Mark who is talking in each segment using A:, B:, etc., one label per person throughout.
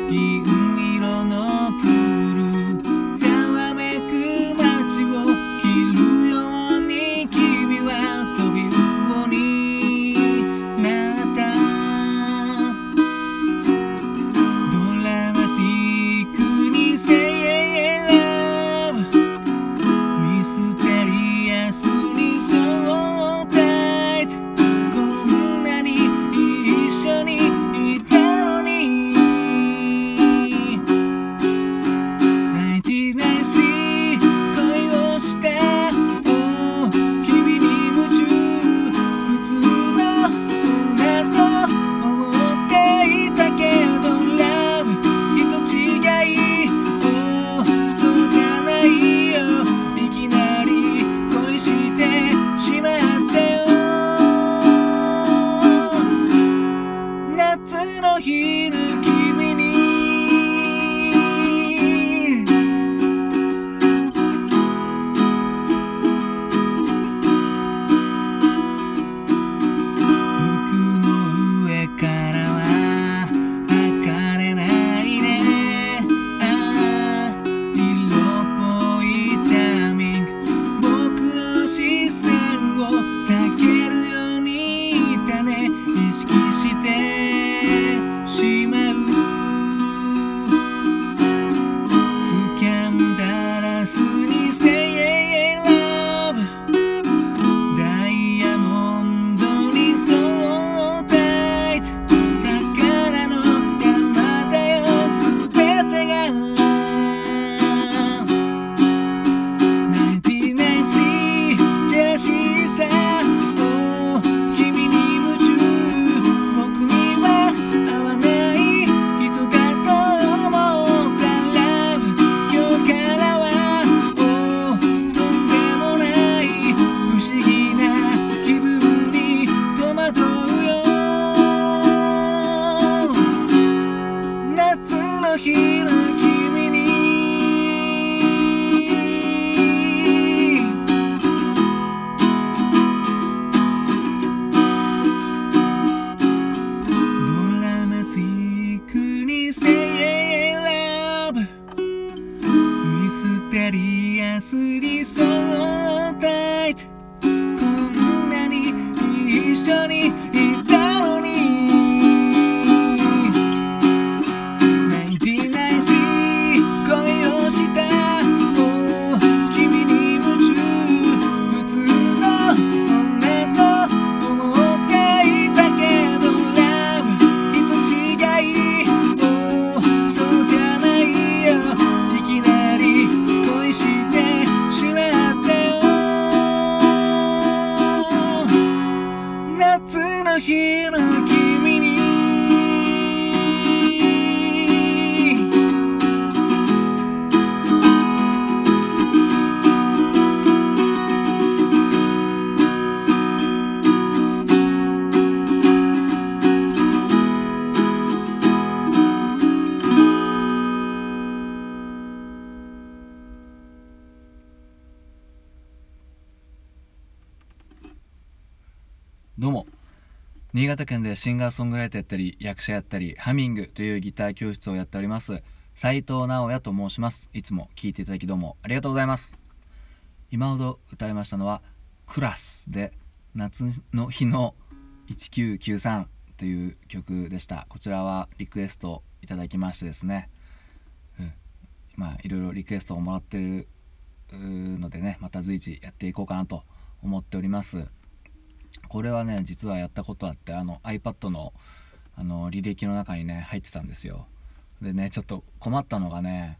A: 銀色のプールざわめく街を切るように君は飛び魚になったドラマティックに Say love ミステリアスに So tight こんなに一緒にいたのに99 Sweet 恋をした、oh 君に夢中普通の女と思っていたけど Love 人違い、oh そうじゃないよいきなり恋してしまったよ夏の日の君に服の上からは測れないねああ色っぽいチャーミング僕の視線を避けるようにいたね意識してしまうスキャンダラスに Say love ダイヤモンドに So tight 宝の山だよすべてが99 Sweet ジェラシーさ、oh 君に夢中僕には合わない人だと思った Love 今日からは、oh とんでもない不思議な気分に戸惑うよ夏の日の君にドラマティックに Say love ミステリアスに So tight こんなに一緒にいたのに99 Sweet 恋をした、oh 君に夢中普通の女と思っていたけど Love 人違い、oh そうじゃないよいきなり恋してしまったよ夏の日の君にどうも、新潟県でシンガーソングライターやったり役者やったりハミングというギター教室をやっております斉藤直也と申します。いつも聴いていただきどうもありがとうございます。今ほど歌いましたのはクラスで夏の日の1993という曲でした。こちらはリクエストいただきましてですね、まあいろいろリクエストをもらってるのでね、また随時やっていこうかなと思っております。これはね実はやったことあって、iPad の履歴の中にね入ってたんですよ。でねちょっと困ったのがね、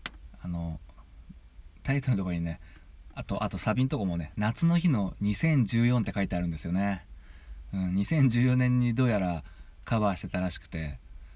A: タイトルのところにねあとサビのとこもね夏の日の2014って書いてあるんですよね。2014年にどうやらカバーしてたらしくて、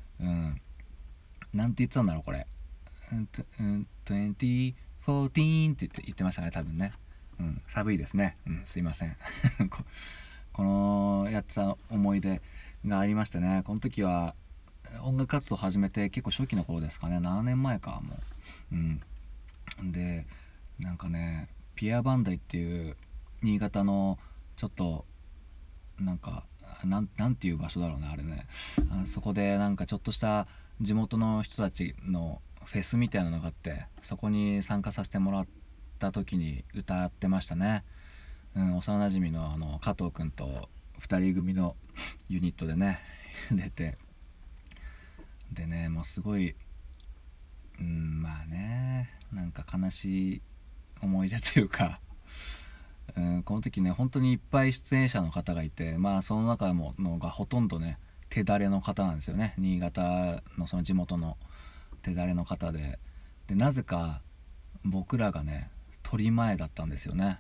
A: なんて言ってたんだろうこれ、2014って言ってましたね多分ね。寒いですね。すいませんこのやってた思い出がありましてね、この時は音楽活動始めて結構初期の頃ですかね、7年前かもう。でなんかねピアバンダイっていう新潟のちょっとなんかなんていう場所だろうねあれね、そこでなんかちょっとした地元の人たちのフェスみたいなのがあって、そこに参加させてもらった時に歌ってましたね。幼なじみの加藤くんと2人組のユニットでね出て、でね、もうすごい、まあね、なんか悲しい思い出というか、この時ね本当にいっぱい出演者の方がいて、まあその中のがほとんどね手だれの方なんですよね。新潟のその地元の手だれの方で、なぜか僕らがね取り前だったんですよね。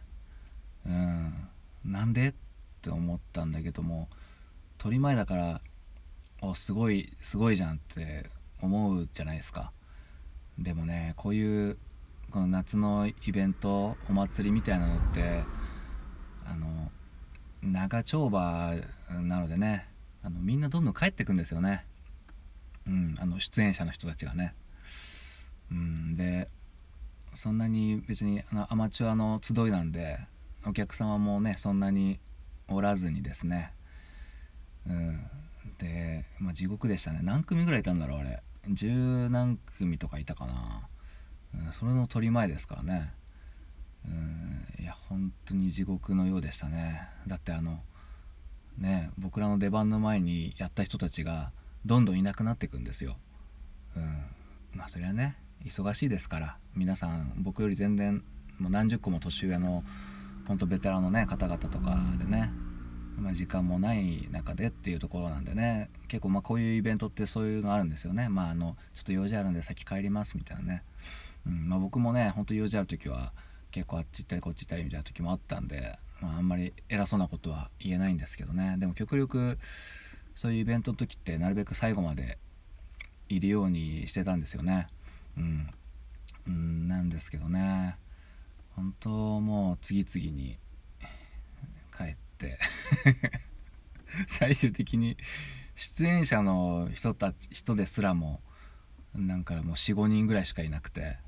A: なんでって思ったんだけども、取り前だからすごいすごいじゃんって思うじゃないですか。でもね、こういうこの夏のイベント、お祭りみたいなのって長丁場なのでね、みんなどんどん帰ってくんですよね。出演者の人たちがね。でそんなに別にアマチュアの集いなんで、お客様もねそんなにおらずにですね、で、地獄でしたね。何組ぐらいいたんだろうあれ、十何組とかいたかな。それの取り前ですからね。いや本当に地獄のようでしたね。だって僕らの出番の前にやった人たちがどんどんいなくなっていくんですよ。それはね忙しいですから、皆さん僕より全然もう何十個も年上の本当ベテランのね方々とかでね、時間もない中でっていうところなんでね、結構こういうイベントってそういうのあるんですよね。ちょっと用事あるんで先帰りますみたいなね。僕もね本当用事ある時は結構あっち行ったりこっち行ったりみたいな時もあったんで、あんまり偉そうなことは言えないんですけどね。でも極力そういうイベントの時ってなるべく最後までいるようにしてたんですよね。なんですけどね、本当もう次々に帰って最終的に出演者の人ですらもなんかもう 4,5 人ぐらいしかいなくて、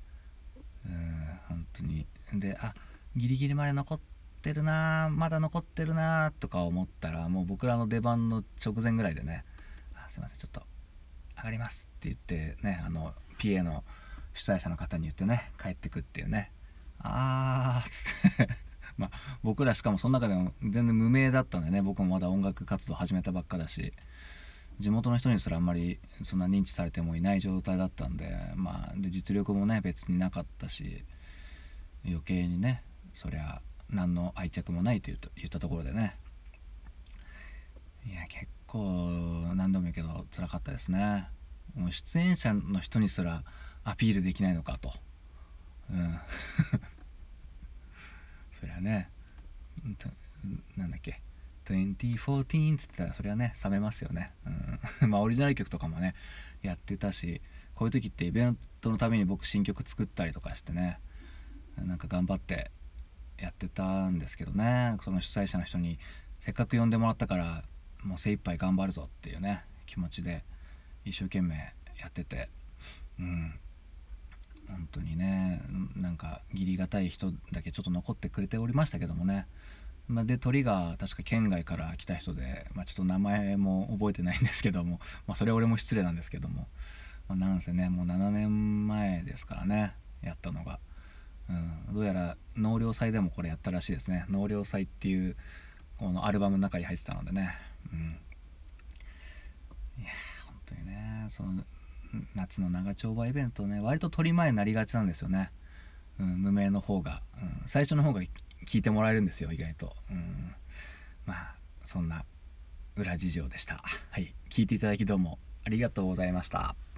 A: 本当に。で、ギリギリまで残ってるな、まだ残ってるなとか思ったら、もう僕らの出番の直前ぐらいでね、すいませんちょっと上がりますって言ってね、PA の主催者の方に言ってね帰ってくっていうね。っつって僕らしかもその中でも全然無名だったんでね、僕もまだ音楽活動始めたばっかだし、地元の人にすらあんまりそんな認知されてもいない状態だったんで、で実力もね別になかったし、余計にねそりゃ何の愛着もないと言ったところでね、いや結構何度も言うけど辛かったですね。もう出演者の人にすらアピールできないのかと。そりゃね、なんだっけ2014って言ったらそれはね冷めますよね。オリジナル曲とかもねやってたし、こういう時ってイベントのために僕新曲作ったりとかしてね、なんか頑張ってやってたんですけどね、その主催者の人にせっかく呼んでもらったからもう精一杯頑張るぞっていうね気持ちで一生懸命やってて、本当にねなんか義理がたい人だけちょっと残ってくれておりましたけどもね。で鳥が確か県外から来た人で、ちょっと名前も覚えてないんですけども、それは俺も失礼なんですけども、なんせねもう7年前ですからねやったのが。どうやら納涼祭でもこれやったらしいですね。納涼祭っていうこのアルバムの中に入ってたのでね。いや本当にね、その夏の長丁場イベントね割と取り前になりがちなんですよね。無名の方が、最初の方が聞いてもらえるんですよ意外と。そんな裏事情でした。はい、聞いていただきどうもありがとうございました。